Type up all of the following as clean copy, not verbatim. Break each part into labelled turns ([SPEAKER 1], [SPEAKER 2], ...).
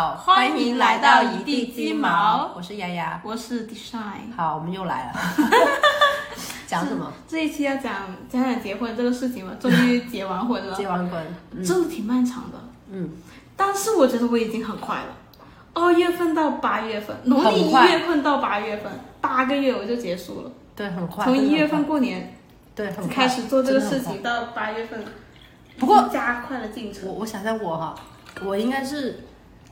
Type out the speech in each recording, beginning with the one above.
[SPEAKER 1] 好，欢迎来到一地鸡毛，我是丫丫，
[SPEAKER 2] 我是 Design。
[SPEAKER 1] 好，我们又来了。讲什么？
[SPEAKER 2] 这一期要讲结婚这个事情嘛，终于结完婚了。
[SPEAKER 1] 结完婚，
[SPEAKER 2] 真的挺漫长的。但是我觉得我已经很快了。2月份到8月份，农历1月份到8月份，8个月我就结束了。
[SPEAKER 1] 对，很快。
[SPEAKER 2] 从1月份过年，
[SPEAKER 1] 对，很快
[SPEAKER 2] 开始做这个事情，到8月份，
[SPEAKER 1] 不过
[SPEAKER 2] 加快了进程。
[SPEAKER 1] 我想想我应该是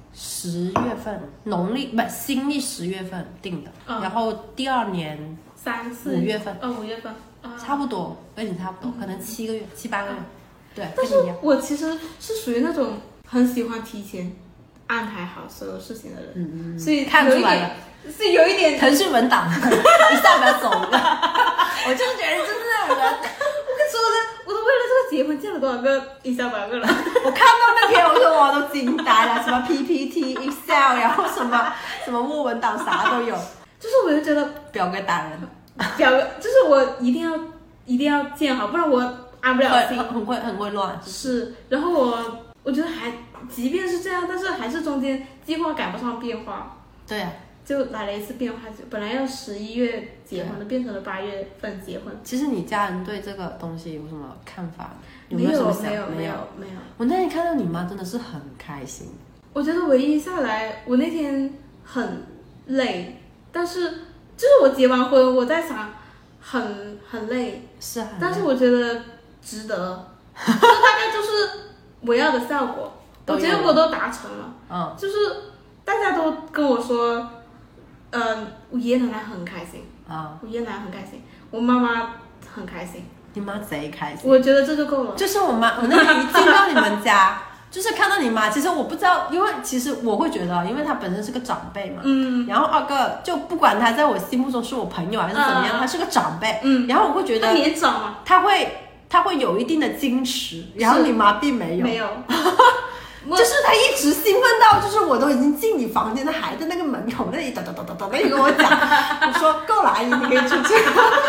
[SPEAKER 1] 10月份，新历10月份定的，然后第2年5月份
[SPEAKER 2] ，5月份，
[SPEAKER 1] 差不多，跟你差不多，可能7个月、7、8个月，对。
[SPEAKER 2] 但是我其实是属于那种很喜欢提前安排好所有事情的人，所以
[SPEAKER 1] 看出来了，
[SPEAKER 2] 是有一点
[SPEAKER 1] 腾讯文档，一下不要走了。我就是觉得就是那种人。
[SPEAKER 2] 我跟你说的，我都为了这个结婚见了多少个100个人。
[SPEAKER 1] 我看到那篇，我说我都惊呆了，什么 PPT、Excel， 然后什么Word 文档啥都有。
[SPEAKER 2] 就是我就觉得
[SPEAKER 1] 表格打人，
[SPEAKER 2] 就是我一定要建好，不然我安不了心，
[SPEAKER 1] 很会乱。
[SPEAKER 2] 是，然后我觉得即便是这样，但是还是中间计划赶不上变化。
[SPEAKER 1] 对啊。
[SPEAKER 2] 就来了一次变化，本来要11月结婚的，变成了8月份结婚。
[SPEAKER 1] 其实你家人对这个东西有什么看法？
[SPEAKER 2] 没有。
[SPEAKER 1] 我那天看到你妈真的是很开心。
[SPEAKER 2] 我觉得唯一下来，我那天很累，但是就是我结完婚，我在想很累，
[SPEAKER 1] 是很累，
[SPEAKER 2] 但是我觉得值得。这大概就是我要的效果，我觉得我都达成了。就是大家都跟我说。我爷爷奶奶很开心我爷爷奶奶很开心，我妈妈很开心，
[SPEAKER 1] 你妈贼开心，
[SPEAKER 2] 我觉得这就够了。
[SPEAKER 1] 就是我妈，我那天一进到你们家，就是看到你妈，其实我不知道，因为其实我会觉得，因为她本身是个长辈嘛，然后2个就不管她在我心目中是我朋友还是怎么样，她是个长辈，然后我会觉得
[SPEAKER 2] 她年长嘛，
[SPEAKER 1] 她会有一定的矜持，然后你妈并没有。就是他一直兴奋到，就是我都已经进你房间，他还在那个门口那里哒，那里跟我讲，我说够了，阿姨，你可以出去。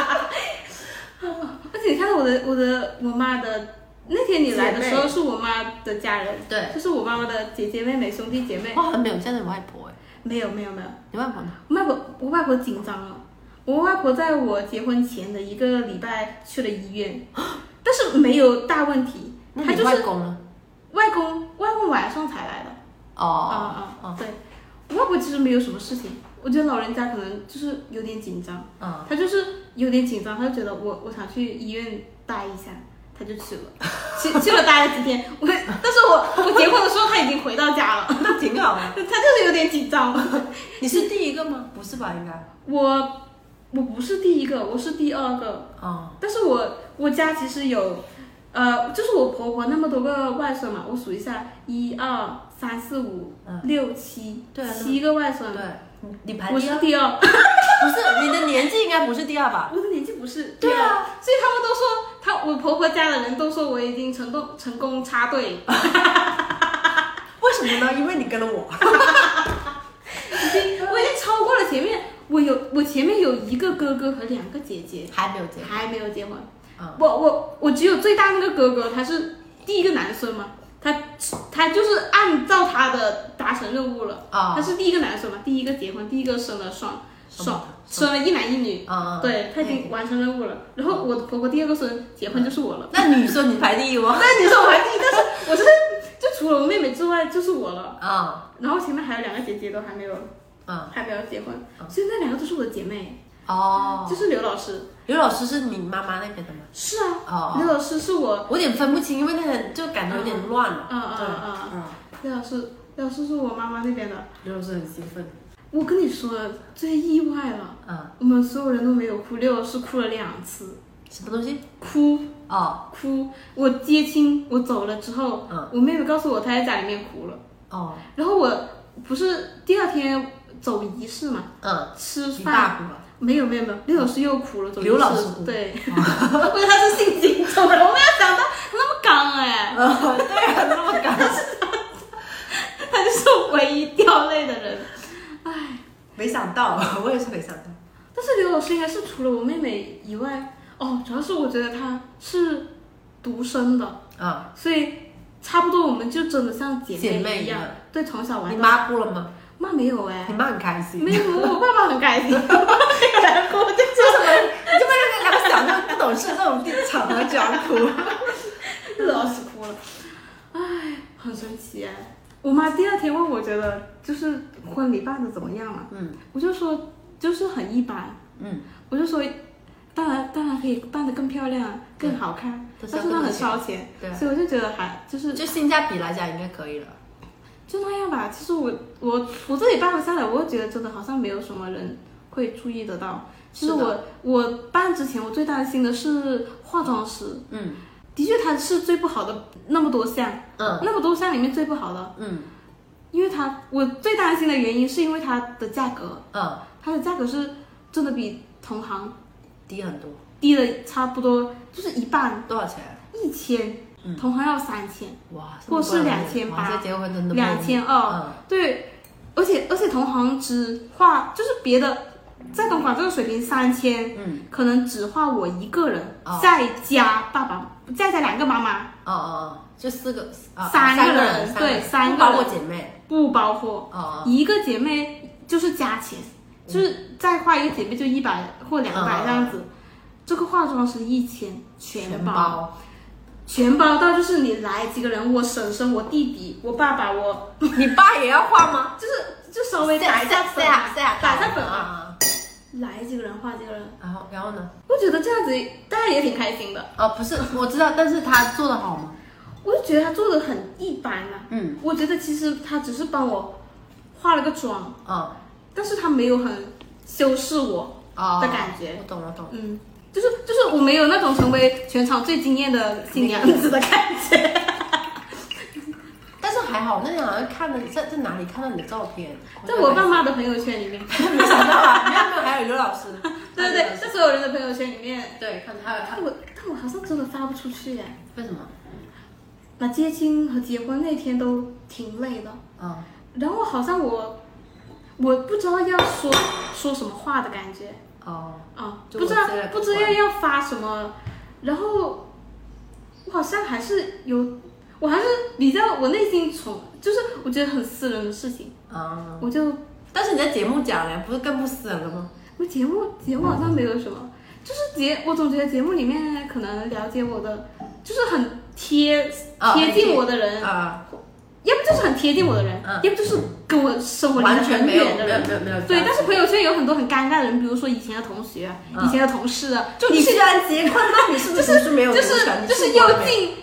[SPEAKER 2] 而且你看到我妈的那天你来的时候，是我妈的家人，
[SPEAKER 1] 对，
[SPEAKER 2] 就是我妈妈的姐姐妹妹兄弟姐妹。
[SPEAKER 1] 哇，没有见到你外婆哎？
[SPEAKER 2] 没有。
[SPEAKER 1] 你外婆呢？
[SPEAKER 2] 我外婆紧张了，我外婆在我结婚前的1个礼拜去了医院，但是没有大问题。
[SPEAKER 1] 那你外公呢？
[SPEAKER 2] 外公晚上才来的。对，我外婆其实没有什么事情，我觉得老人家可能就是有点紧张，他就是有点紧张，他就觉得我想去医院待一下，他就去了，去了待了几天。但是我结婚的时候他已经回到家了，
[SPEAKER 1] 那挺好的。
[SPEAKER 2] 他就是有点紧张。
[SPEAKER 1] 你是第一个吗？不是吧？应该
[SPEAKER 2] 我不是第一个，我是第2个。但是我家其实有。就是我婆婆那么多个外孙嘛，我数一下，1、2、3、4、5、6、7个外孙。
[SPEAKER 1] 对，你排第2。
[SPEAKER 2] 我是第2。
[SPEAKER 1] 不是，你的年纪应该不是第2吧？
[SPEAKER 2] 我的年纪不是第2。
[SPEAKER 1] 对啊，
[SPEAKER 2] 所以他们都说，我婆婆家的人都说我已经成功插队。
[SPEAKER 1] 为什么呢？因为你跟了我。
[SPEAKER 2] 我已经超过了前面，我前面有1个哥哥和2个姐姐，
[SPEAKER 1] 还没有结婚。
[SPEAKER 2] 我只有最大那个哥哥，他是第1个男生嘛，他就是按照他的达成任务了。他是第1个男生嘛，第1个结婚，第1个生了生了1男1女。对，他已经完成任务了。然后我婆婆第2个孙结婚就是我了。
[SPEAKER 1] 那女生你排第1吗？
[SPEAKER 2] 那女生我排第1，但是我就除了我妹妹之外就是我了。然后前面还有2个姐姐都还没有结婚，所以那2个都是我的姐妹。就是刘老师。
[SPEAKER 1] 刘老师是你妈妈那边的吗？
[SPEAKER 2] 是啊。刘老师是我
[SPEAKER 1] 有点分不清，因为那个就感觉有点乱了。
[SPEAKER 2] 刘老师是我妈妈那边的。
[SPEAKER 1] 刘老师很兴奋。
[SPEAKER 2] 我跟你说，最意外了。我们所有人都没有哭，刘老师哭了2次。
[SPEAKER 1] 什么东西？
[SPEAKER 2] 哭。我接亲，我走了之后，我妹妹告诉我她在家里面哭了。然后我不是第2天走仪式嘛，吃饭。没有，刘老师又哭了。
[SPEAKER 1] 刘老师哭。
[SPEAKER 2] 对，因为他是姓金州的，我没有想到那么刚哎。
[SPEAKER 1] 对啊，那么刚。
[SPEAKER 2] 他就是唯一掉泪的人。
[SPEAKER 1] 没想到，我也是没想到。
[SPEAKER 2] 但是刘老师应该是除了我妹妹以外，主要是我觉得他是独生的，所以差不多我们就真的像姐妹一样。 对，从小玩。
[SPEAKER 1] 你妈哭了吗？
[SPEAKER 2] 妈没有哎。
[SPEAKER 1] 你妈很开心。
[SPEAKER 2] 没有，我爸爸很开心。我爸爸没有来哭，就
[SPEAKER 1] 说什么？你就为了两个小朋友不懂事这种场合就要哭，
[SPEAKER 2] 老是哭了。哎，很神奇哎。我妈第2天问我，觉得就是婚礼办的怎么样了？我就说就是很一般。我就说。当然可以办得更漂亮、更好看，但是它很烧钱，所以我就觉得就
[SPEAKER 1] 性价比来讲应该可以了，
[SPEAKER 2] 就那样吧。其实我自己办了下来，我觉得真的好像没有什么人会注意得到。其实我办之前，我最担心的是化妆师，的确他是最不好的，那么多项，那么多项里面最不好的，因为我最担心的原因是因为它的价格，它的价格是真的比同行。
[SPEAKER 1] 低很多，
[SPEAKER 2] 低了差不多就是一半。
[SPEAKER 1] 多少钱
[SPEAKER 2] ？1000，同行要3000，
[SPEAKER 1] 哇，
[SPEAKER 2] 或是2800，
[SPEAKER 1] 结婚真的
[SPEAKER 2] 2200，对，而且同行只画就是别的，在东莞这个水平3000，可能只画我一个人，再加爸爸，再加2个妈妈，
[SPEAKER 1] 就4个
[SPEAKER 2] ，3个人，对，3个人，
[SPEAKER 1] 不包括姐妹，
[SPEAKER 2] 不包括，一个姐妹就是加钱。就是再画一个姐妹就100或200这样子，这个化妆是1000全包到就是你来几个人，我婶婶、我弟弟、我爸爸、
[SPEAKER 1] 你爸也要画吗？
[SPEAKER 2] 就稍微打一下粉，打一下粉
[SPEAKER 1] 啊，
[SPEAKER 2] 来几个人画几个人，
[SPEAKER 1] 然后呢？
[SPEAKER 2] 我觉得这样子大家也挺开心的。
[SPEAKER 1] 不是，我知道，但是他做的好吗？
[SPEAKER 2] 我就觉得他做的很一般啊。我觉得其实他只是帮我化了个妆，但是他没有很修饰我的感觉。
[SPEAKER 1] 我懂了。
[SPEAKER 2] 就是我没有那种成为全场最惊艳的新娘子的感觉。
[SPEAKER 1] 但是还好，那天好像看了在哪里看到你的照片，
[SPEAKER 2] 在我爸妈的朋友圈里面。
[SPEAKER 1] 没想到啊，没有，还有刘老师。
[SPEAKER 2] 对，在所有人的朋友圈里面。
[SPEAKER 1] 对，看他。
[SPEAKER 2] 但我好像真的发不出去耶。
[SPEAKER 1] 为什么？
[SPEAKER 2] 那接亲和结婚那天都挺累的。然后好像我不知道要说什么话的感觉。不知道要发什么，然后我好像还是比较我内心就是我觉得很私人的事情。
[SPEAKER 1] 但是你在节目讲了，不是更不私人了吗？
[SPEAKER 2] 我节目好像没有什么，就是我总觉得节目里面可能了解我的，就是很贴近我的人。要不就是很贴近我的人，要不就是跟我生活离得很远的人。
[SPEAKER 1] 没有。
[SPEAKER 2] 对，但是朋友圈有很多很尴尬的人，比如说以前的同学、以前的同事啊。
[SPEAKER 1] 你既然结婚，那你是不是没有
[SPEAKER 2] 就是又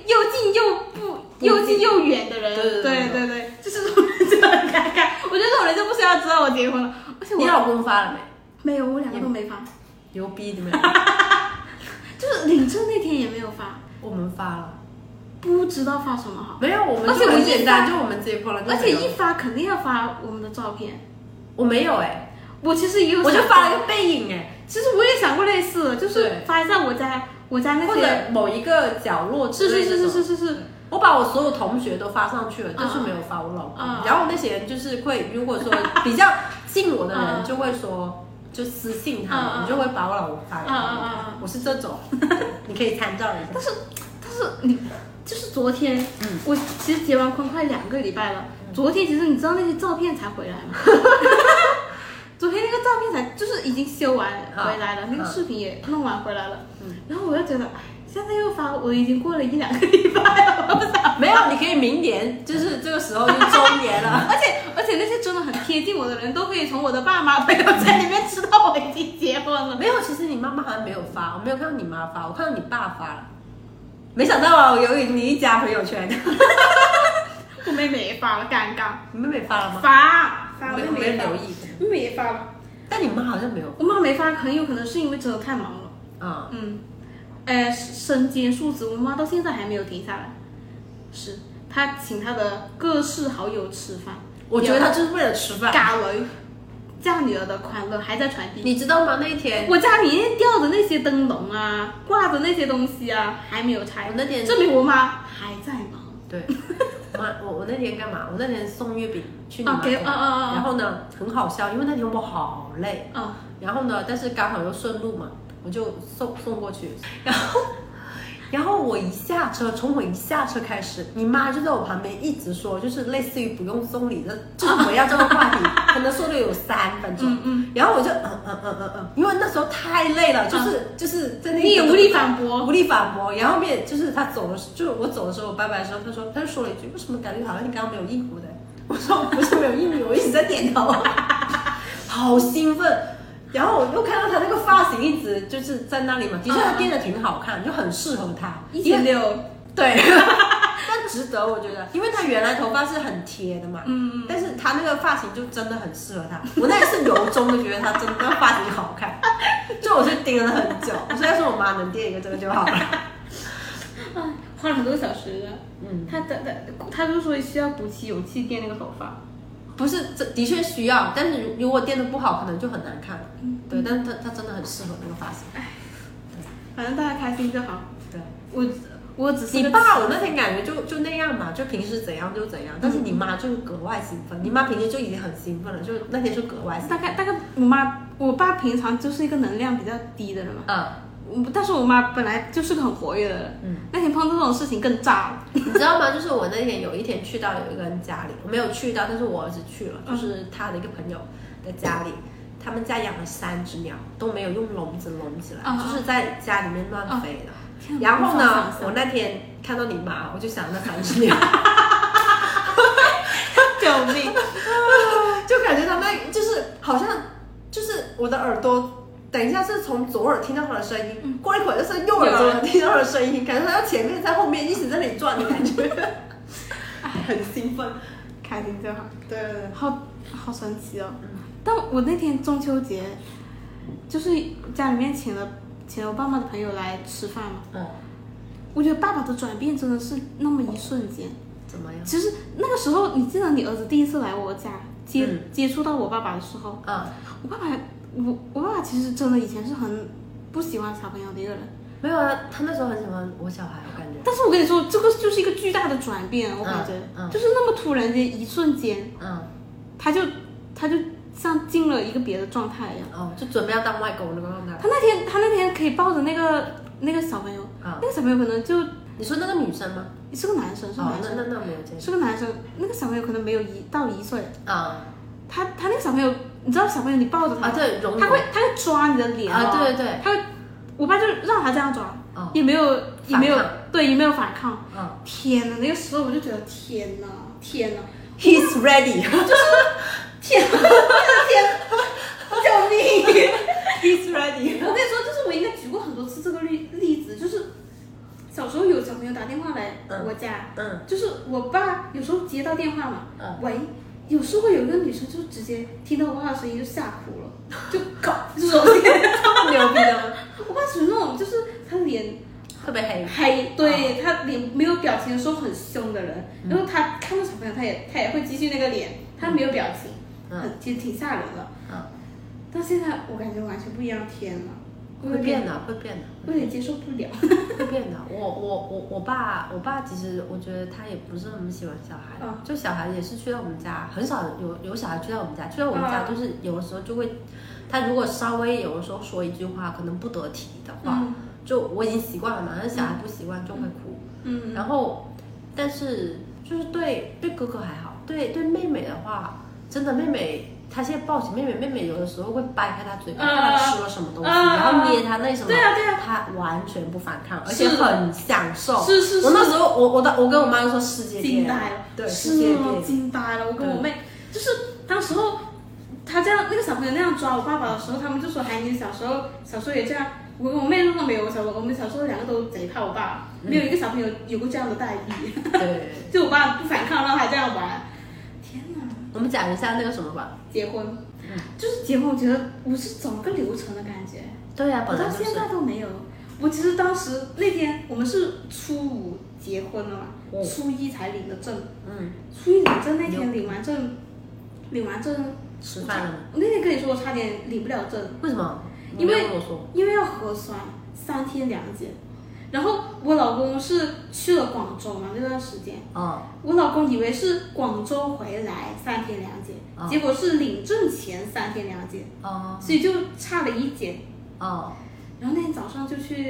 [SPEAKER 2] 近又远的人？对，就是这种很尴尬。我觉得这种人就不需要知道我结婚了。而且
[SPEAKER 1] 你老公发了没？
[SPEAKER 2] 没有，我2个都没发。
[SPEAKER 1] 牛逼的没？
[SPEAKER 2] 就是领证那天也没有发。
[SPEAKER 1] 我们发了。
[SPEAKER 2] 不知道发什么好，
[SPEAKER 1] 没有，我们就很简单，就我们结婚了。
[SPEAKER 2] 而且一发肯定要发我们的照片。
[SPEAKER 1] 我没有
[SPEAKER 2] 我其实也有，
[SPEAKER 1] 我就发了一个背影
[SPEAKER 2] 其实我也想过类似，就是发在我家那些
[SPEAKER 1] 或者某一个角落之类的。
[SPEAKER 2] 是。
[SPEAKER 1] 我把我所有同学都发上去了，就是没有发我老公。然后那些人就是会，如果说比较近我的人，就会说就私信他们，你就会把我老公发给他们。我是这种，你可以参照一下。但是
[SPEAKER 2] 你。就是昨天，我其实结完婚快2个礼拜了。昨天其实你知道那些照片才回来吗？昨天那个照片才就是已经修完回来了，那个视频也弄完回来了。然后我就觉得，现在又发，我已经过了1-2个礼拜了。
[SPEAKER 1] 没有，你可以明年就是这个时候就周年了。
[SPEAKER 2] 而且那些真的很贴近我的人都可以从我的爸妈朋友圈里面知道我已经结婚了。
[SPEAKER 1] 没有，其实你妈妈好像没有发，我没有看到你妈发，我看到你爸发了。没想到啊，我有你一家朋友圈。
[SPEAKER 2] 我妹妹也发了，尴尬。
[SPEAKER 1] 你妹妹发了吗？
[SPEAKER 2] 发了，
[SPEAKER 1] 我没留意。
[SPEAKER 2] 妹妹也发了，
[SPEAKER 1] 但你妈好像没有。
[SPEAKER 2] 我妈没发，很有可能是因为真的太忙了。身兼数职，我妈到现在还没有停下来。是，她请她的各式好友吃饭。
[SPEAKER 1] 我觉得她就是为了吃饭。
[SPEAKER 2] 嫁女嫁女儿的欢乐还在传递，
[SPEAKER 1] 你知道吗？那一天
[SPEAKER 2] 我家里面吊的那些灯笼啊，挂的那些东西啊，还没有拆。
[SPEAKER 1] 我那天
[SPEAKER 2] 证明我妈还在忙。
[SPEAKER 1] 对，我那天干嘛？我那天送月饼去你妈家，然后呢很好笑，因为那天我好累，然后呢，但是刚好又顺路嘛，我就送过去，然后然后我一下车，从我一下车开始，你妈就在我旁边一直说，就是类似于不用送礼的，就是围绕这个话题，可能说了有3分钟。然后我就因为那时候太累了，就是在那个
[SPEAKER 2] 你也无力反
[SPEAKER 1] 驳。然后后面就是他走的，就是我走的时候，我拜拜的时候，他就说了一句：“为什么感觉好像你刚刚没有应付的？”我说：“不是没有应付，我一直在点头。”好兴奋。然后我又看到他那个发型一直就是在那里嘛，的确他编的挺好看，就很适合他。
[SPEAKER 2] 1600，
[SPEAKER 1] 对，但值得我觉得，因为他原来头发是很贴的嘛，但是他那个发型就真的很适合他。我那一次由衷的觉得他真的发型好看，就我是盯了很久。我说要是我妈能垫一个这个就好了。
[SPEAKER 2] 花了很多小时的，他就说需要鼓起勇气垫那个头发。
[SPEAKER 1] 不是，这的确需要，但是如果垫的不好，可能就很难看。对，但是他真的很适合那个发型。
[SPEAKER 2] 对，反正大家开心就好。
[SPEAKER 1] 对，
[SPEAKER 2] 我只是
[SPEAKER 1] 你爸，我那天感觉就那样嘛，就平时怎样就怎样，但是你妈就格外兴奋。你妈平时就已经很兴奋了，就那天就格外兴奋。
[SPEAKER 2] 大概我爸平常就是一个能量比较低的人嘛。但是我妈本来就是个很活跃的人，那天碰到这种事情更炸了。
[SPEAKER 1] 你知道吗？就是我那天有一天去到有一个人家里，我没有去到，但是我儿子去了，就是他的一个朋友的家里，他们家养了3只鸟，都没有用笼子笼起来，就是在家里面乱飞的。然后呢，我那天看到你妈，我就想那3只鸟，
[SPEAKER 2] 救命！
[SPEAKER 1] 就感觉他那就是好像就是我的耳朵。等一下是从左耳听到他的声音，过一会儿就是右耳朵听到他的声音，感觉他在前面在后面一直在那里转的感觉，很兴奋，
[SPEAKER 2] 开心就好。
[SPEAKER 1] 对，
[SPEAKER 2] 好神奇哦。但我那天中秋节，就是家里面请了我爸妈的朋友来吃饭嘛。我觉得爸爸的转变真的是那么一瞬间。
[SPEAKER 1] 怎么样？
[SPEAKER 2] 其实那个时候，你记得你儿子第一次来我家接触到我爸爸的时候，我爸爸其实真的以前是很不喜欢小朋友的一个人。
[SPEAKER 1] 没有啊，他那时候很喜欢我小孩，我感觉。
[SPEAKER 2] 但是我跟你说，这个就是一个巨大的转变，我感觉，就是那么突然间一瞬间，他就像进了一个别的状态一样。
[SPEAKER 1] 就准备要当外公那个状态。
[SPEAKER 2] 他那天可以抱着那个小朋友，那个小朋友可能就
[SPEAKER 1] 你说那个女生吗？
[SPEAKER 2] 是个男生，是男生。
[SPEAKER 1] 那没有见过。
[SPEAKER 2] 是个男生，那个小朋友可能没有到1岁。他那个小朋友。你知道小朋友你抱着他，
[SPEAKER 1] 对，
[SPEAKER 2] 他会抓你的脸
[SPEAKER 1] 对，
[SPEAKER 2] 他会，我爸就让他这样抓，也没有反抗，天哪，那个时候我就觉得天哪
[SPEAKER 1] ，He's ready，
[SPEAKER 2] 就是天，救命
[SPEAKER 1] ，He's ready。
[SPEAKER 2] 我跟你说，就是我应该举过很多次这个例子，就是小时候有小朋友打电话来我家，就是我爸有时候接到电话嘛，喂。有时候有一个女生就直接听到我爸的声音就吓哭了，就这种这么牛逼的吗？我爸属于那种就是他脸
[SPEAKER 1] 特别
[SPEAKER 2] 黑，对，他脸没有表情的时候很凶的人，然后他看到小朋友他也会继续那个脸，他没有表情，其实挺吓人的。但现在我感觉完全不一样，天哪！
[SPEAKER 1] 会变的，
[SPEAKER 2] 我有点接受不了。
[SPEAKER 1] 会变的。我爸其实我觉得他也不是很喜欢小孩，就小孩也是去到我们家，很少有小孩去到我们家，去到我们家就是有的时候就会，他如果稍微有的时候说一句话可能不得体的话，就我已经习惯了嘛，但是小孩不习惯就会哭。然后但是就是对哥哥还好，对妹妹的话，真的妹妹。他现在抱起妹妹有的时候会掰开他嘴巴，看他吃了什么东西，然后捏他那什么，他完全不反抗，而且很享受。
[SPEAKER 2] 是。
[SPEAKER 1] 我那时候我跟我妈就说世界变，
[SPEAKER 2] 惊呆了，
[SPEAKER 1] 对，世界变，
[SPEAKER 2] 惊呆了。我跟我妹就是当时候他这样那个小朋友那样抓我爸爸的时候，他们就说：“哎，你小时候也这样。”我跟我妹说没有，我们小时候2个都贼怕我爸，没有一个小朋友有过这样的待遇。
[SPEAKER 1] 对，
[SPEAKER 2] 就我爸不反抗，让他这样玩。天哪！
[SPEAKER 1] 我们讲一下那个什么吧。
[SPEAKER 2] 结婚，就是结婚，我觉得我是走个流程的感觉。
[SPEAKER 1] 对呀，
[SPEAKER 2] 我到现在都没有。我其实当时那天我们是初5结婚了嘛，初1才领的证。初1领证那天领完证
[SPEAKER 1] 吃饭了吗？
[SPEAKER 2] 我那天跟你说我差点领不了证。
[SPEAKER 1] 为什么？
[SPEAKER 2] 因为要核酸，3天2检。然后我老公是去了广州嘛，那段时间，我老公以为是广州回来3天2检，结果是领证前3天2检，所以就差了1检。然后那天早上就去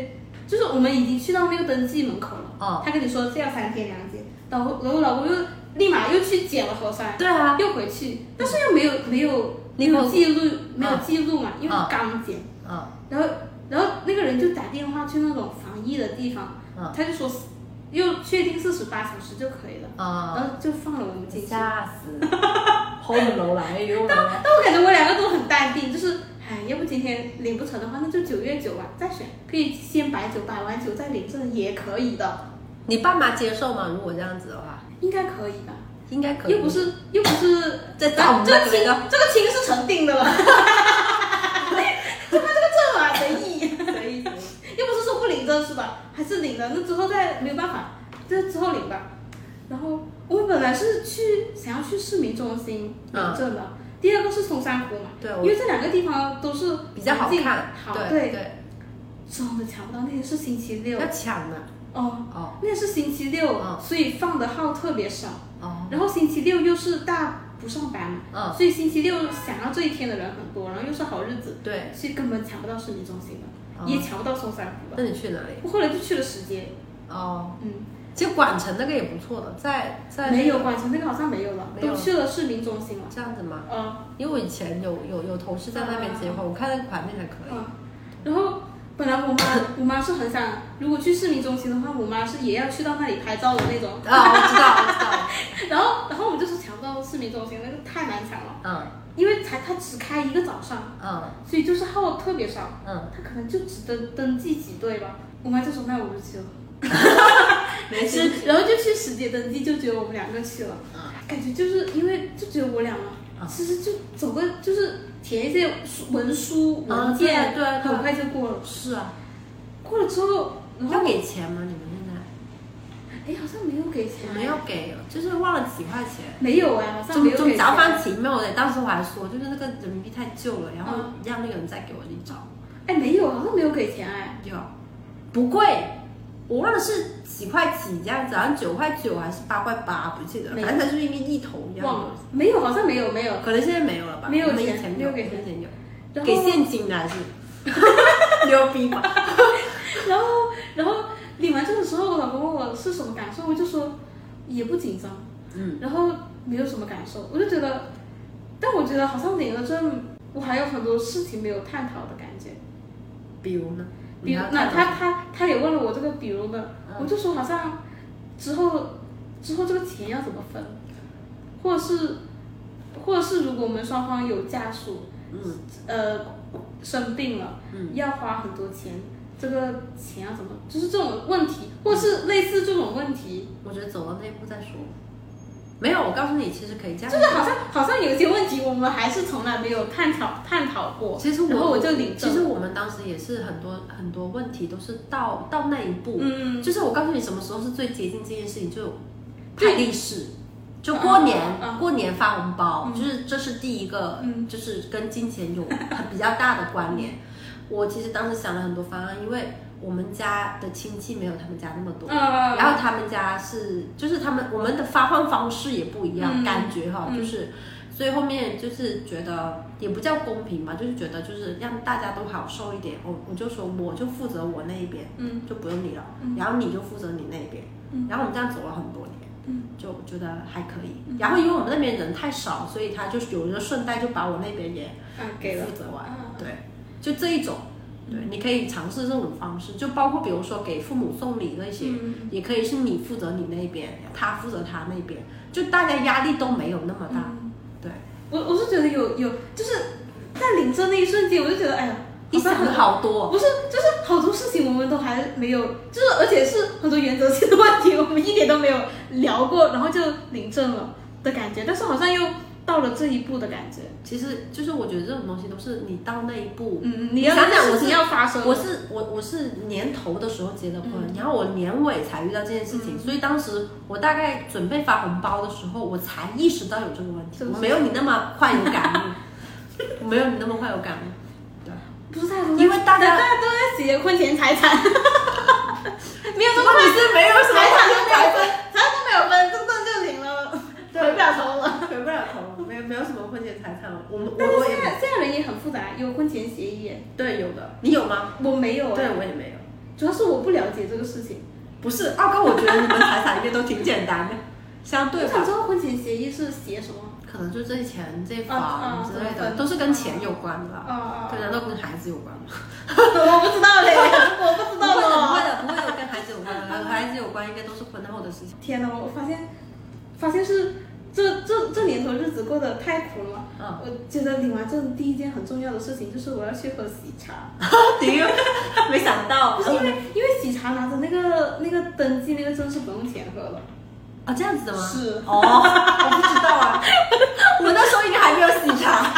[SPEAKER 2] 就是我们已经去到那个登记门口了，他跟你说这要3天2检，然后老公又立马又去检了核酸，
[SPEAKER 1] 对啊，
[SPEAKER 2] 又回去，但是又没有记录嘛，因为刚检，然后那个人就打电话去那种防疫的地方，他就说又确定48小时就可以了，然后就放了我们进去，
[SPEAKER 1] 吓死，好唔老来哟。
[SPEAKER 2] 但我感觉我2个都很淡定，就是要不今天领不成的话，那就9月9吧，再选，可以先摆酒，摆完酒再领证也可以的。
[SPEAKER 1] 你爸妈接受吗？如果这样子的话，
[SPEAKER 2] 应该可以吧？
[SPEAKER 1] 应该可以，
[SPEAKER 2] 又不是
[SPEAKER 1] 在找我们
[SPEAKER 2] 这个亲是成定的了，就他这个证啊，随意，又不是说不领证是吧？还是领了，那之后再没有办法，这之后领吧。然后我们本来是想要去市民中心领证的，第二个是松山湖嘛，
[SPEAKER 1] 对，
[SPEAKER 2] 因为这2个地方都是
[SPEAKER 1] 比较好看，
[SPEAKER 2] 对，真的抢不到，那天是星期六，
[SPEAKER 1] 要抢的。
[SPEAKER 2] 那天是星期六，所以放的号特别少。然后星期六又是大不上班嘛，所以星期六想要这一天的人很多，然后又是好日子，
[SPEAKER 1] 对，
[SPEAKER 2] 所以根本抢不到市民中心的，也抢不到松山湖的。
[SPEAKER 1] 那你去哪里？
[SPEAKER 2] 我后来就去了石碣。
[SPEAKER 1] 其实管城那个也不错的，在
[SPEAKER 2] 没有管城那个好像没有了，都去了市民中心了。
[SPEAKER 1] 这样子吗？因为我以前有同事在那边结婚，我看那个款面还可以。
[SPEAKER 2] 然后本来我妈是很想，如果去市民中心的话，我妈是也要去到那里拍照的那种。
[SPEAKER 1] 我知道。
[SPEAKER 2] 然后我们就说抢不到市民中心，那个太难抢了。因为它只开1个早上。所以就是号特别少。它可能就只登记几对吧。我妈就说那我就去了。没事，然后就去石碣登记，就只有我们2个去了。感觉就是因为就只有我俩嘛，其实就走个就是填一些文书文件，
[SPEAKER 1] 对，
[SPEAKER 2] 很快就过了。
[SPEAKER 1] 是啊，
[SPEAKER 2] 过了之后
[SPEAKER 1] 要给钱吗？你们现
[SPEAKER 2] 在？好像没有给钱。
[SPEAKER 1] 没有给，就是忘了几块钱。
[SPEAKER 2] 没有好像没有给钱。
[SPEAKER 1] 早番奇妙的，当时我还说，就是那个人民币太旧了，然后让那个人再给我一张。
[SPEAKER 2] 没有，好像没有给钱
[SPEAKER 1] 有，不贵。我忘了是几块几这样子，好像9块9还是8块8，不记得了。反正它就是一个一头一样的。
[SPEAKER 2] 忘了，没有，好像没有，
[SPEAKER 1] 可能现在没有了吧？
[SPEAKER 2] 没有
[SPEAKER 1] 钱，
[SPEAKER 2] 没有给
[SPEAKER 1] 钱有，给现金的还是牛逼吧？
[SPEAKER 2] 然后领完证的时候，我老公问我是什么感受，我就说也不紧张，然后没有什么感受，我就觉得，但我觉得好像领了证，我还有很多事情没有探讨的感觉。
[SPEAKER 1] 比如呢？
[SPEAKER 2] 比如那他也问了我这个比如的，我就说好像之后这个钱要怎么分，或者是如果我们双方有家属，生病了，要花很多钱，这个钱要怎么，就是这种问题，或者是类似这种问题，
[SPEAKER 1] 我觉得走到那一步再说。没有，我告诉你，其实可以这样。
[SPEAKER 2] 就是好像有些问题我们还是从来没有探讨过。然后我就领证。
[SPEAKER 1] 其实我们当时也是很多问题都是到那一步。就是我告诉你什么时候是最接近这件事情，就拍利是，就过年发红包，就是这是第一个，就是跟金钱有比较大的关联。我其实当时想了很多方案，因为我们家的亲戚没有他们家那么多，然后他们家就是我们的发放方式也不一样，感觉就是，所以后面就是觉得也不叫公平嘛，就是觉得就是让大家都好受一点，我就说我就负责我那一边，就不用你了，然后你就负责你那边，然后我们这样走了很多年，就觉得还可以，然后因为我们那边人太少，所以他就有人顺带就把我那边也
[SPEAKER 2] 给了
[SPEAKER 1] 负责完，对，就这一种。对，你可以尝试这种方式，就包括比如说给父母送礼那些，也可以是你负责你那边，他负责他那边，就大家压力都没有那么大。对，
[SPEAKER 2] 我是觉得有，就是在领证那一瞬间，我就觉得哎呀，
[SPEAKER 1] 一想好多，
[SPEAKER 2] 不是，就是好多事情我们都还没有，就是而且是很多原则性的问题，我们一点都没有聊过，然后就领证了的感觉，但是好像又到了这一步的感觉。
[SPEAKER 1] 其实就是我觉得这种东西都是你到那一步，
[SPEAKER 2] 你要想想，我要发生。
[SPEAKER 1] 我是年头的时候结的婚，然后我年尾才遇到这件事情，所以当时我大概准备发红包的时候，我才意识到有这个问题。我没有你那么快有感悟，我没有你那么快有感悟。对，
[SPEAKER 2] 不是太多，
[SPEAKER 1] 因为大家
[SPEAKER 2] 都在写婚前财产，没有这么
[SPEAKER 1] 快，是没有什么
[SPEAKER 2] 财产都没有分，这证就领了，回不了头了，
[SPEAKER 1] 回不了头了。没有什么婚前财产，
[SPEAKER 2] 但是现在人也很复杂，有婚前协议。
[SPEAKER 1] 对，有的，你有吗？
[SPEAKER 2] 我没有，
[SPEAKER 1] 对我也没有。
[SPEAKER 2] 主要是我不了解这个事情。
[SPEAKER 1] 不是，二哥，我觉得你们财产应该都挺简单的，相对吧。
[SPEAKER 2] 我想知道婚前协议是写什么？
[SPEAKER 1] 可能就这钱、这房之类的，都是跟钱有关的吧？对，难道跟孩子有关吗？
[SPEAKER 2] 我不知道嘞，我不知道
[SPEAKER 1] 的。不会的，跟孩子有关的，和孩子有关应该都是婚后的事情。
[SPEAKER 2] 天哪，我发现是这年头日子过得太苦了。我觉得领完证第一件很重要的事情就是我要去喝喜茶。
[SPEAKER 1] 没想到，
[SPEAKER 2] 不是因为喜茶拿着那个登记那个证是不用钱喝的。
[SPEAKER 1] 啊，这样子的吗？
[SPEAKER 2] 是。
[SPEAKER 1] 哦，我不知道啊，我那时候应该还没有喜茶。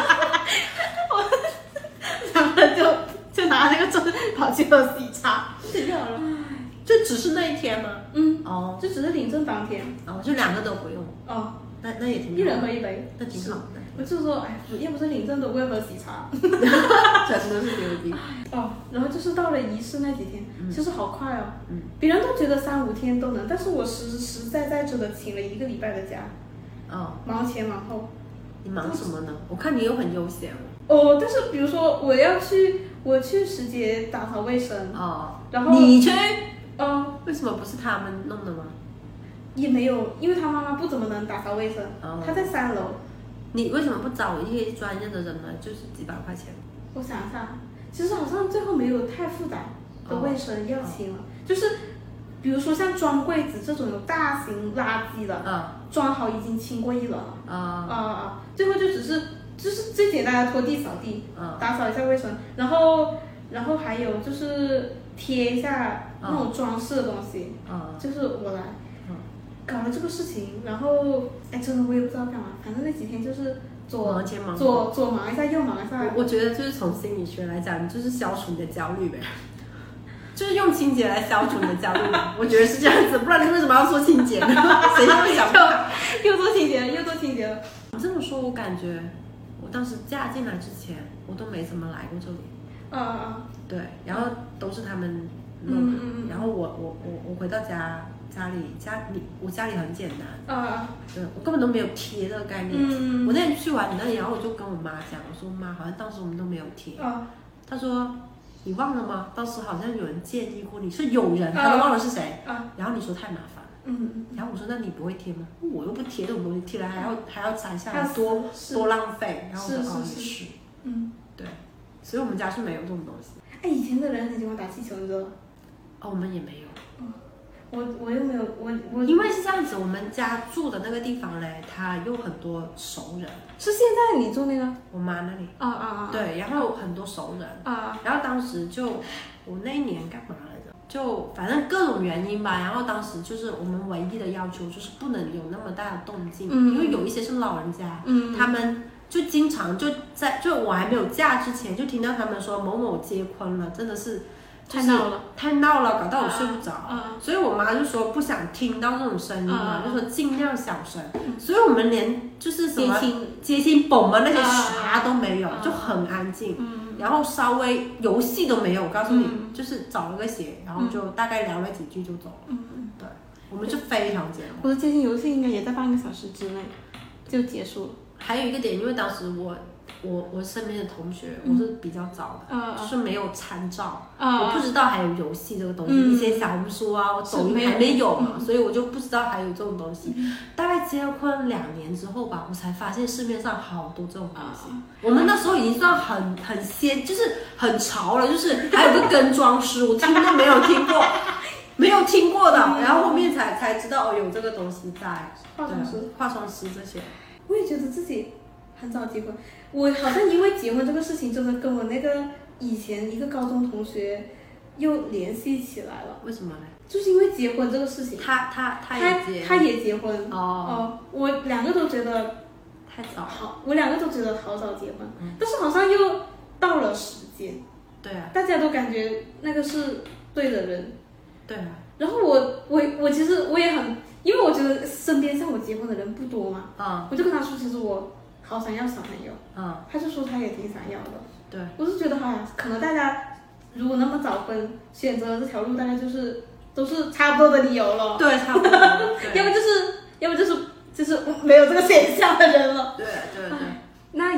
[SPEAKER 2] 然后就拿那个证跑去喝喜茶，
[SPEAKER 1] 太妙了。就只是那一天吗？
[SPEAKER 2] 就只是领证当天。
[SPEAKER 1] 就2个都不用。那也挺好。
[SPEAKER 2] 一人喝一杯，
[SPEAKER 1] 那挺好的。
[SPEAKER 2] 我就说，哎，要不是领证都不会喝喜茶。
[SPEAKER 1] 真的是牛逼。
[SPEAKER 2] 然后就是到了仪式那几天，其实好快哦。别人都觉得3-5天都能，但是我实在真的请了1个礼拜的假。忙前忙后。
[SPEAKER 1] 你忙什么呢？我看你又很悠闲
[SPEAKER 2] 但是比如说我去时节打扫卫生。然后
[SPEAKER 1] 你去？为什么不是他们弄的吗？
[SPEAKER 2] 也没有，因为他妈妈不怎么能打扫卫生。他在3楼。
[SPEAKER 1] 你为什么不找一些专业的人呢？就是几百块钱。
[SPEAKER 2] 我想一下，其实好像最后没有太复杂的卫生要清了，就是比如说像装柜子这种有大型垃圾的，装好已经清过1轮了。最后就是最简单的拖地扫地，打扫一下卫生，然后还有就是贴一下那种装饰的东西，就是我来。搞了这个事情，然后真的我也不知道干嘛，反正那几天就是左忙一下，右忙一下。
[SPEAKER 1] 我觉得就是从心理学来讲，就是消除你的焦虑呗，就是用清洁来消除你的焦虑。我觉得是这样子，不然你为什么要做清洁呢？谁会想
[SPEAKER 2] 又做清洁了，又做清洁了。
[SPEAKER 1] 你这么说，我感觉我当时嫁进来之前，我都没怎么来过这里。对，然后都是他们弄的。然后我回到家里，我家里很简单。对，我根本都没有贴这个概念。我那天去完你那里，然后我就跟我妈讲，我说妈，好像当时我们都没有贴。她说你忘了吗？当时好像有人建议过你，是有人，他都忘了是谁。然后你说太麻烦。然后我说那你不会贴吗？我又不贴这种东西，贴了还要攒下来，多浪费。然后我说也是。对，所以我们家是没有这种东西。
[SPEAKER 2] 以前的人很喜欢打气球，你知道吗？
[SPEAKER 1] 我们也没有。
[SPEAKER 2] 我又没有我
[SPEAKER 1] 因为是这样子，我们家住的那个地方嘞，它有很多熟人。
[SPEAKER 2] 是现在你住那个？
[SPEAKER 1] 我妈那里。对，然后很多熟人。然后当时我那一年干嘛来着？就反正各种原因吧。然后当时就是我们唯一的要求就是不能有那么大的动静，因为有一些是老人家，他们就经常就我还没有嫁之前就听到他们说某某结婚了，真的是。太闹了，搞到我睡不着。所以我妈就说不想听到这种声音嘛，就说尽量小声。所以我们连就是什么接亲蹦啊那些啥都没有，就很安静。然后稍微游戏都没有，我告诉你，就是找了个鞋，然后就大概聊了几句就走了。对，我们就非常简单。
[SPEAKER 2] 我的接亲游戏应该也在半个小时之内就结束了。
[SPEAKER 1] 还有一个点，因为当时我身边的同学，我是比较早的，就是没有参照，我不知道还有游戏这个东西，一些小红书啊、抖音还没有嘛，所以我就不知道还有这种东西。大概结婚2年之后吧，我才发现市面上好多这种东西。我们那时候已经算很先，就是很潮了，就是还有个跟妆师，我听都没有听过。没有听过的，然后后面才知道有这个东西在。化妆师这些。
[SPEAKER 2] 我也觉得自己很早结婚，我好像因为结婚这个事情，真的跟我那个以前一个高中同学又联系起来了。
[SPEAKER 1] 为什么呢？
[SPEAKER 2] 就是因为结婚这个事情。他也结婚。我2个都觉得
[SPEAKER 1] 太早。
[SPEAKER 2] 好，我2个都觉得好早结婚，但是好像又到了时间。
[SPEAKER 1] 对啊。
[SPEAKER 2] 大家都感觉那个是对的人。
[SPEAKER 1] 对啊。
[SPEAKER 2] 然后我其实我也很。因为我觉得身边像我结婚的人不多嘛，我就跟他说，其实我好想要小朋友，他就说他也挺想要的。
[SPEAKER 1] 对，
[SPEAKER 2] 我是觉得可能大家如果那么早婚，选择这条路，大概都是差不多的理由了。
[SPEAKER 1] 对，差不多。
[SPEAKER 2] 要不就是没有这个选项的人了。
[SPEAKER 1] 对。
[SPEAKER 2] 那也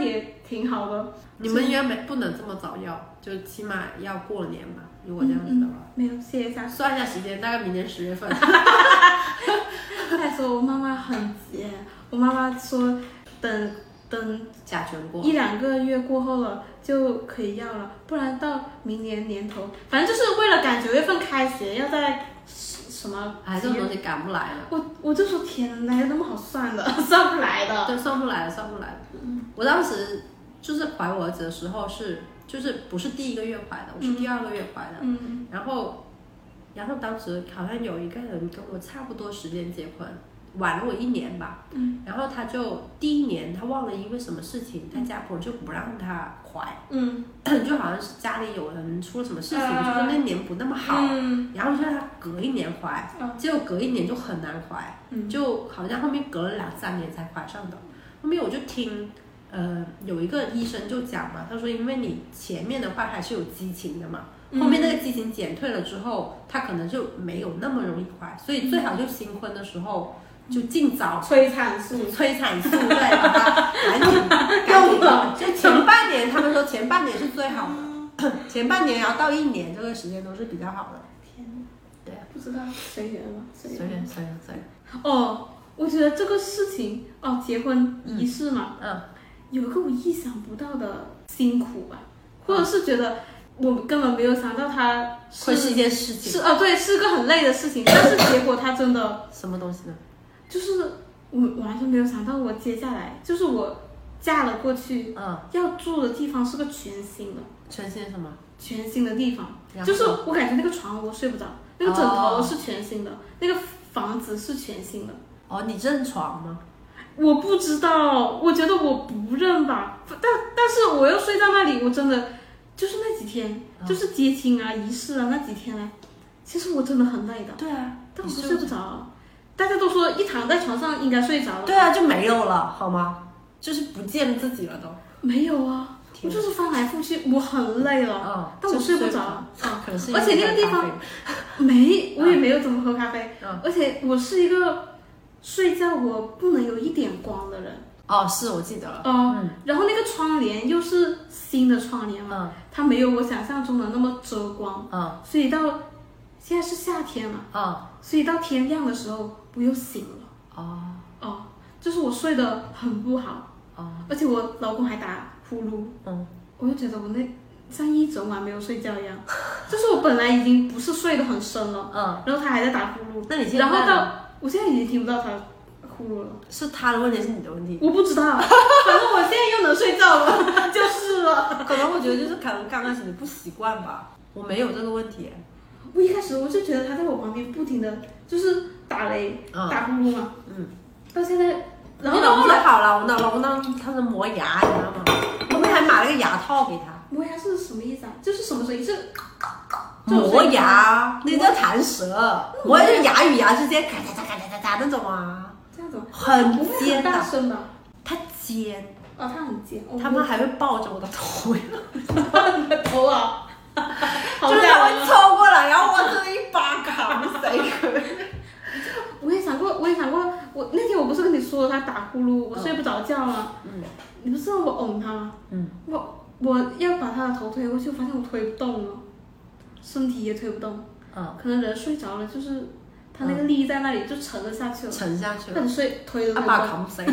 [SPEAKER 2] 挺好的。
[SPEAKER 1] 你们应该不能这么早要，就起码要过年吧。如果这样子的话，
[SPEAKER 2] 没有，谢谢下
[SPEAKER 1] 算一下时间，大概明年10月份。
[SPEAKER 2] 再说我妈妈很急，我妈妈说等
[SPEAKER 1] 甲醛过
[SPEAKER 2] 1-2个月过后了就可以要了，不然到明年年头，反正就是为了赶9月份开学，要在什么？
[SPEAKER 1] 这种东西赶不来了。
[SPEAKER 2] 我就说天哪，哪有那么好算的？算不来的。
[SPEAKER 1] 对，算不来了。我当时就是怀我儿子的时候就是不是第1个月怀的，我是第2个月怀的。然后当时好像有一个人跟我差不多时间结婚，晚了我1年吧。然后他就第1年他忘了因为什么事情，他家婆就不让他怀。就好像是家里有人出了什么事情，就是那年不那么好。然后就让他隔1年怀，结果隔1年就很难怀。就好像后面隔了2-3年才怀上的。后面我就听有一个医生就讲嘛，他说因为你前面的话还是有激情的嘛，后面那个激情减退了之后，他可能就没有那么容易怀，所以最好就新婚的时候就尽早
[SPEAKER 2] 催产素
[SPEAKER 1] 对，把它赶紧用。就前半年他们说前半年是最好的，前半年然后到1年这个时间都是比较好的。
[SPEAKER 2] 天哪，
[SPEAKER 1] 对啊，
[SPEAKER 2] 不知道随缘吧，随
[SPEAKER 1] 缘。
[SPEAKER 2] 我觉得这个事情结婚仪式嘛，有一个我意想不到的辛苦吧，或者是觉得我根本没有想到它
[SPEAKER 1] 会是一件事情，
[SPEAKER 2] 对，是个很累的事情，但是结果它真的
[SPEAKER 1] 什么东西呢？
[SPEAKER 2] 就是我完全没有想到，我接下来就是我嫁了过去，要住的地方是个全新的。
[SPEAKER 1] 全新什么？
[SPEAKER 2] 全新的地方，就是我感觉那个床我睡不着，那个枕头是全新的，那个房子是全新的。
[SPEAKER 1] 你认床吗？
[SPEAKER 2] 我不知道，我觉得我不认吧，但是我又睡在那里，我真的就是那几天，就是接亲啊、仪式啊那几天呢，其实我真的很累的。
[SPEAKER 1] 对啊，
[SPEAKER 2] 但我睡不着。大家都说一躺在床上应该睡着了。
[SPEAKER 1] 对啊，就没有了，好吗？就是不见自己了都。
[SPEAKER 2] 没有啊，我就是翻来覆去，我很累了，但我睡不着。而且那个地方我也没有怎么喝咖啡，而且我是一个睡觉我不能有一点光的人。
[SPEAKER 1] 是我记得了。
[SPEAKER 2] 然后那个窗帘又是新的窗帘嘛，它没有我想象中的那么遮光。所以到现在是夏天嘛，所以到天亮的时候我又醒了。就是我睡得很不好。而且我老公还打呼噜。我就觉得我像一整晚没有睡觉一样。就是我本来已经不是睡得很深了，然后他还在打呼噜。
[SPEAKER 1] 那你现在？
[SPEAKER 2] 然后到我现在已经听不到他呼噜了。
[SPEAKER 1] 是他的问题还是你的问题？
[SPEAKER 2] 我不知道，反正我现在又能睡觉了，就是了。
[SPEAKER 1] 可能我觉得就是可能刚开始你不习惯吧，我没有这个问题。
[SPEAKER 2] 我一开始我就觉得他在我旁边不停的就是打雷、打呼噜嘛。到现在。然后
[SPEAKER 1] 你老公就好了，我老公他是磨牙，你知道吗？后面还买了个牙套给他。
[SPEAKER 2] 磨牙是什么意思啊？就是什么声音？是
[SPEAKER 1] 磨牙，那叫弹舌。磨牙就是牙与牙之间咔嚓嚓咔嚓嚓嚓那种啊。
[SPEAKER 2] 这样子。
[SPEAKER 1] 很尖的。
[SPEAKER 2] 大声吧？
[SPEAKER 1] 他尖。
[SPEAKER 2] 他很尖。
[SPEAKER 1] 他们还会抱着我的头。
[SPEAKER 2] 抱你的头啊！
[SPEAKER 1] 就是他会凑过来，然后我这一巴扛谁？
[SPEAKER 2] 我也想过，我那天我不是跟你说他打呼噜，我睡不着觉了。你不是让我哄他吗？我要把他的头推过去，我发现我推不动了，身体也推不动。可能人睡着了，就是他那个力在那里就沉了下去了。
[SPEAKER 1] 沉下去了。
[SPEAKER 2] 那你推都推不动。
[SPEAKER 1] 把扛谁？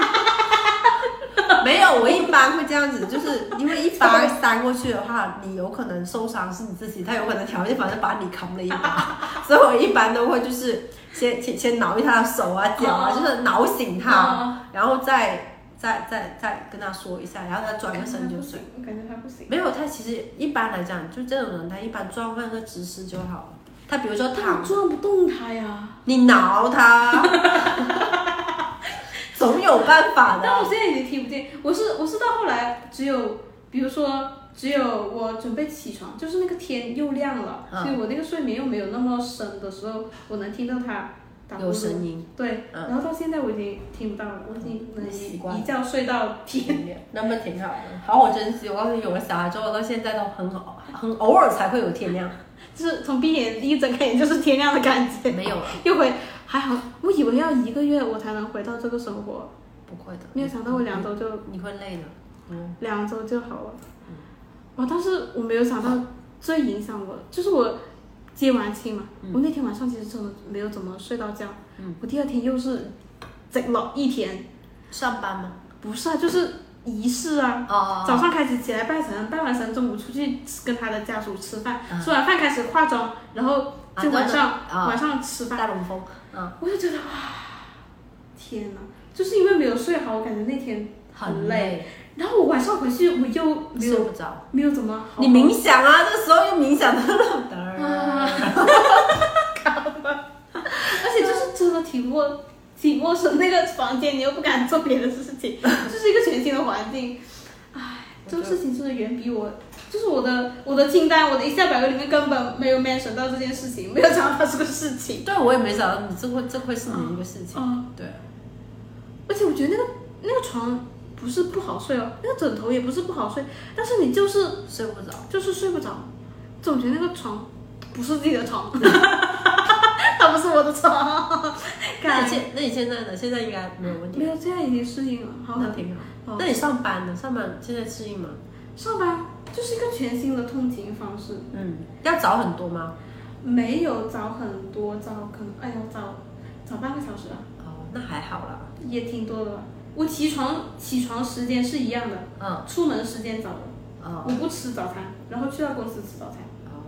[SPEAKER 1] 没有，我一般会这样子，就是因为一巴扇过去的话，你有可能受伤是你自己，他有可能条件反正把你扛了一把，所以我一般都会就是先挠一他的手啊脚啊，就是挠醒他，然后再跟他说一下，然后他转个身就睡。
[SPEAKER 2] 我感觉他不行。
[SPEAKER 1] 没有，他其实一般来讲，就这种人，他一般转换个姿势就好了。他比如说躺，
[SPEAKER 2] 我转不动他呀。
[SPEAKER 1] 你挠他。总有办法的。
[SPEAKER 2] 但我现在已经听不见，我是到后来比如说只有我准备起床，就是那个天又亮了，所以我那个睡眠又没有那么深的时候，我能听到他打呼噜。
[SPEAKER 1] 有声音。
[SPEAKER 2] 对，然后到现在我已经听不到了，我已经能一觉睡到天。
[SPEAKER 1] 那么挺好的，好好珍惜。我告诉你，有了小孩之后，到现在都很偶尔才会有天亮，
[SPEAKER 2] 就是从闭眼一睁开眼就是天亮的感觉。
[SPEAKER 1] 没有了，
[SPEAKER 2] 又回。还好，我以为要1个月我才能回到这个生活，
[SPEAKER 1] 不会的。
[SPEAKER 2] 没有想到我2周就。
[SPEAKER 1] 你会累的。
[SPEAKER 2] 2周就好了。但是我没有想到最影响我就是我接完亲嘛，我那天晚上其实真的没有怎么睡到觉，我第2天又是整了1天。
[SPEAKER 1] 上班吗？
[SPEAKER 2] 不是啊，就是仪式啊。早上开始起来拜神，拜完神中午出去跟他的家属吃饭，吃完饭开始化妆，然后就晚上吃饭。
[SPEAKER 1] 大龙凤。
[SPEAKER 2] 我就觉得哇，天哪！就是因为没有睡好，我感觉那天很累。然后我晚上回去我又
[SPEAKER 1] 睡不着，
[SPEAKER 2] 没有怎么好。
[SPEAKER 1] 你冥想啊，这个时候又冥想的
[SPEAKER 2] 而且就是真的挺陌生，那个房间你又不敢做别的事情，就是一个全新的环境。这个事情真的远比我，就是我的清单，我的Excel表格里面根本没有 mention 到这件事情，没有想到它是个事情。
[SPEAKER 1] 对，我也没想到这会是你一个事情。对。
[SPEAKER 2] 而且我觉得那个床不是不好睡哦，那个枕头也不是不好睡，但是你就是
[SPEAKER 1] 睡不着，
[SPEAKER 2] 总觉得那个床不是自己的床。它不是我的床。
[SPEAKER 1] 那你现在呢？现在应该没有问题。
[SPEAKER 2] 没有，现在已经适应了，
[SPEAKER 1] 那挺好。那你上班呢？上班现在适应吗？
[SPEAKER 2] 上班就是一个全新的通勤方式。
[SPEAKER 1] 要早很多吗？
[SPEAKER 2] 没有早很多，可能早半个小时啊。
[SPEAKER 1] 那还好啦。
[SPEAKER 2] 也挺多的吧。我起床时间是一样的，出门时间早的。我不吃早餐，然后去到公司吃早餐。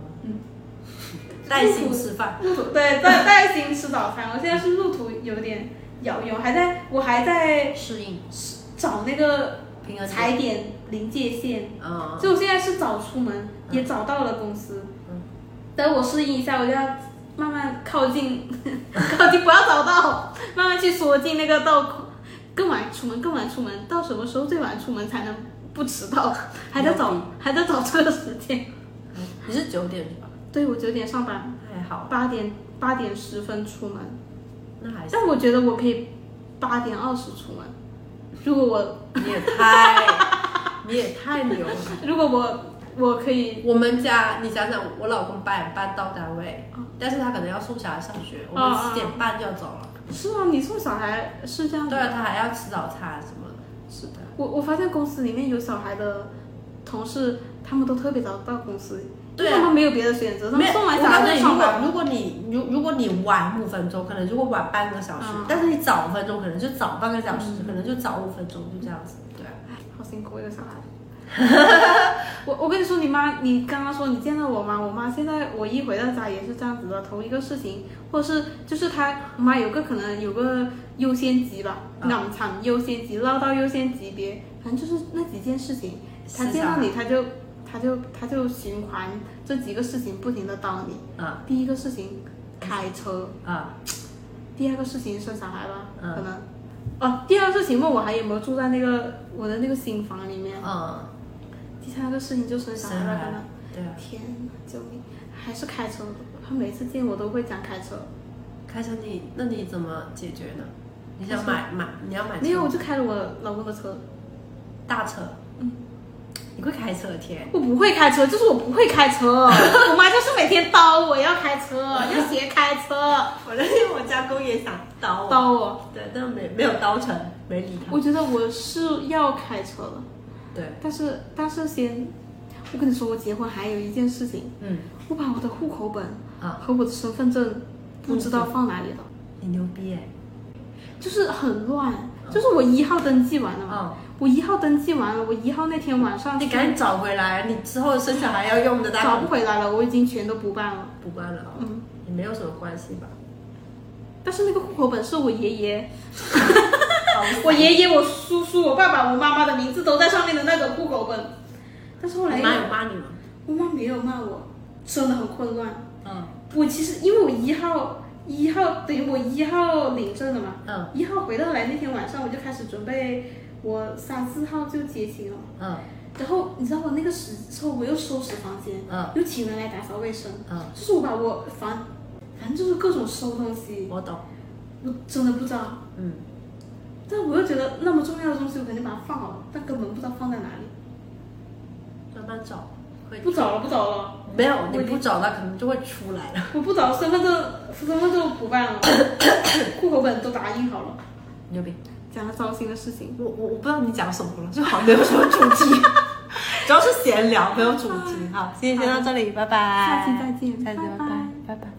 [SPEAKER 1] 带薪吃饭。
[SPEAKER 2] 对，带薪吃早餐。我现在是路途有点遥远，我还在
[SPEAKER 1] 适应，
[SPEAKER 2] 找那个踩点临界线。所以我现在是早出门，也找到了公司。等我适应一下，我就要慢慢靠近，不要找到，慢慢去缩进那个道，更晚出门，到什么时候最晚出门才能不迟到？还在找这个时间。
[SPEAKER 1] 你是9点是吧？
[SPEAKER 2] 对，我9点上班，
[SPEAKER 1] 还好。
[SPEAKER 2] 8点10分出门，
[SPEAKER 1] 那还是。
[SPEAKER 2] 但我觉得我可以8点20出门。如果
[SPEAKER 1] 你也太牛了。
[SPEAKER 2] 如果我可以，
[SPEAKER 1] 我们家你想想，我老公8点半到单位，但是他可能要送小孩上学，我们7点半就要走了。
[SPEAKER 2] 是啊，你送小孩是这样子。
[SPEAKER 1] 对啊，他还要吃早餐什么的。是的。
[SPEAKER 2] 我发现公司里面有小孩的同事，他们都特别早到公司。
[SPEAKER 1] 对啊，
[SPEAKER 2] 他们没有别的选择，他们送完小孩就上班。
[SPEAKER 1] 如果你晚5分钟，可能如果晚半个小时，但是你早5分钟，可能就早半个小时，可能就早5分钟，就这样子。对，
[SPEAKER 2] 好辛苦一个小孩。我跟你说，你刚刚说你见到我妈现在我一回到家也是这样子的，同一个事情，或者是就是我妈可能有个优先级吧，脑残优先级，唠到优先级别，反正就是那几件事情，她见到你他就循环这几个事情不停的叨你。第一个事情开车。第2个事情生小孩吧，可能。第2个事情问我还有没有住在我的那个新房里面。第3个事情就生小孩了，可能。
[SPEAKER 1] 对啊。
[SPEAKER 2] 天哪，救命！还是开车，他每次见我都会讲开车。
[SPEAKER 1] 开车那你怎么解决呢？你要买车？
[SPEAKER 2] 没有，我就开了我老公的车。
[SPEAKER 1] 大车。你会开车？天！
[SPEAKER 2] 我不会开车，就是我不会开车。我妈就是每天叨我要开车，要学开车。
[SPEAKER 1] 我家公也想叨
[SPEAKER 2] 我。
[SPEAKER 1] 对，但没有叨成，没理他。
[SPEAKER 2] 我觉得我是要开车的。
[SPEAKER 1] 对。
[SPEAKER 2] 但是我跟你说，我结婚还有一件事情。我把我的户口本和我的身份证不知道放哪里了。
[SPEAKER 1] 你牛逼耶！
[SPEAKER 2] 就是很乱，就是我1号登记完了嘛。我1号登记完了，我1号那天晚上，
[SPEAKER 1] 你赶紧找回来，你之后生小孩要用的。
[SPEAKER 2] 找不回来了，我已经全都补办了。
[SPEAKER 1] 补办了。也没有什么关系吧。
[SPEAKER 2] 但是那个户口本是我爷爷，我爷爷、我叔叔、我爸爸、我妈妈的名字都在上面的那个户口本。但是后来，
[SPEAKER 1] 你妈有骂你吗？
[SPEAKER 2] 我妈没有骂我，真的很混乱。我其实因为我1号等于我1号领证了嘛。1号回到来那天晚上，我就开始准备。我3、4号就接亲了。然后你知道我那个时候我又收拾房间，又请人来打扫卫生。就是我把我反正就是各种收东西。
[SPEAKER 1] 我懂。
[SPEAKER 2] 我真的不知道。但我又觉得那么重要的东西，我肯定把它放好了，但根本不知道放在哪里。
[SPEAKER 1] 慢慢找。
[SPEAKER 2] 不找了。
[SPEAKER 1] 没有，你不找，它可能就会出来了。
[SPEAKER 2] 我不找，身份证补办了，户口本都打印好了。
[SPEAKER 1] 牛逼。
[SPEAKER 2] 讲了糟心的事情。
[SPEAKER 1] 我不知道你讲什么了，就好像没有什么主题，主要是闲聊，没有主题。好，今天先到这里，拜拜。
[SPEAKER 2] 下期再见，
[SPEAKER 1] 拜拜，拜拜。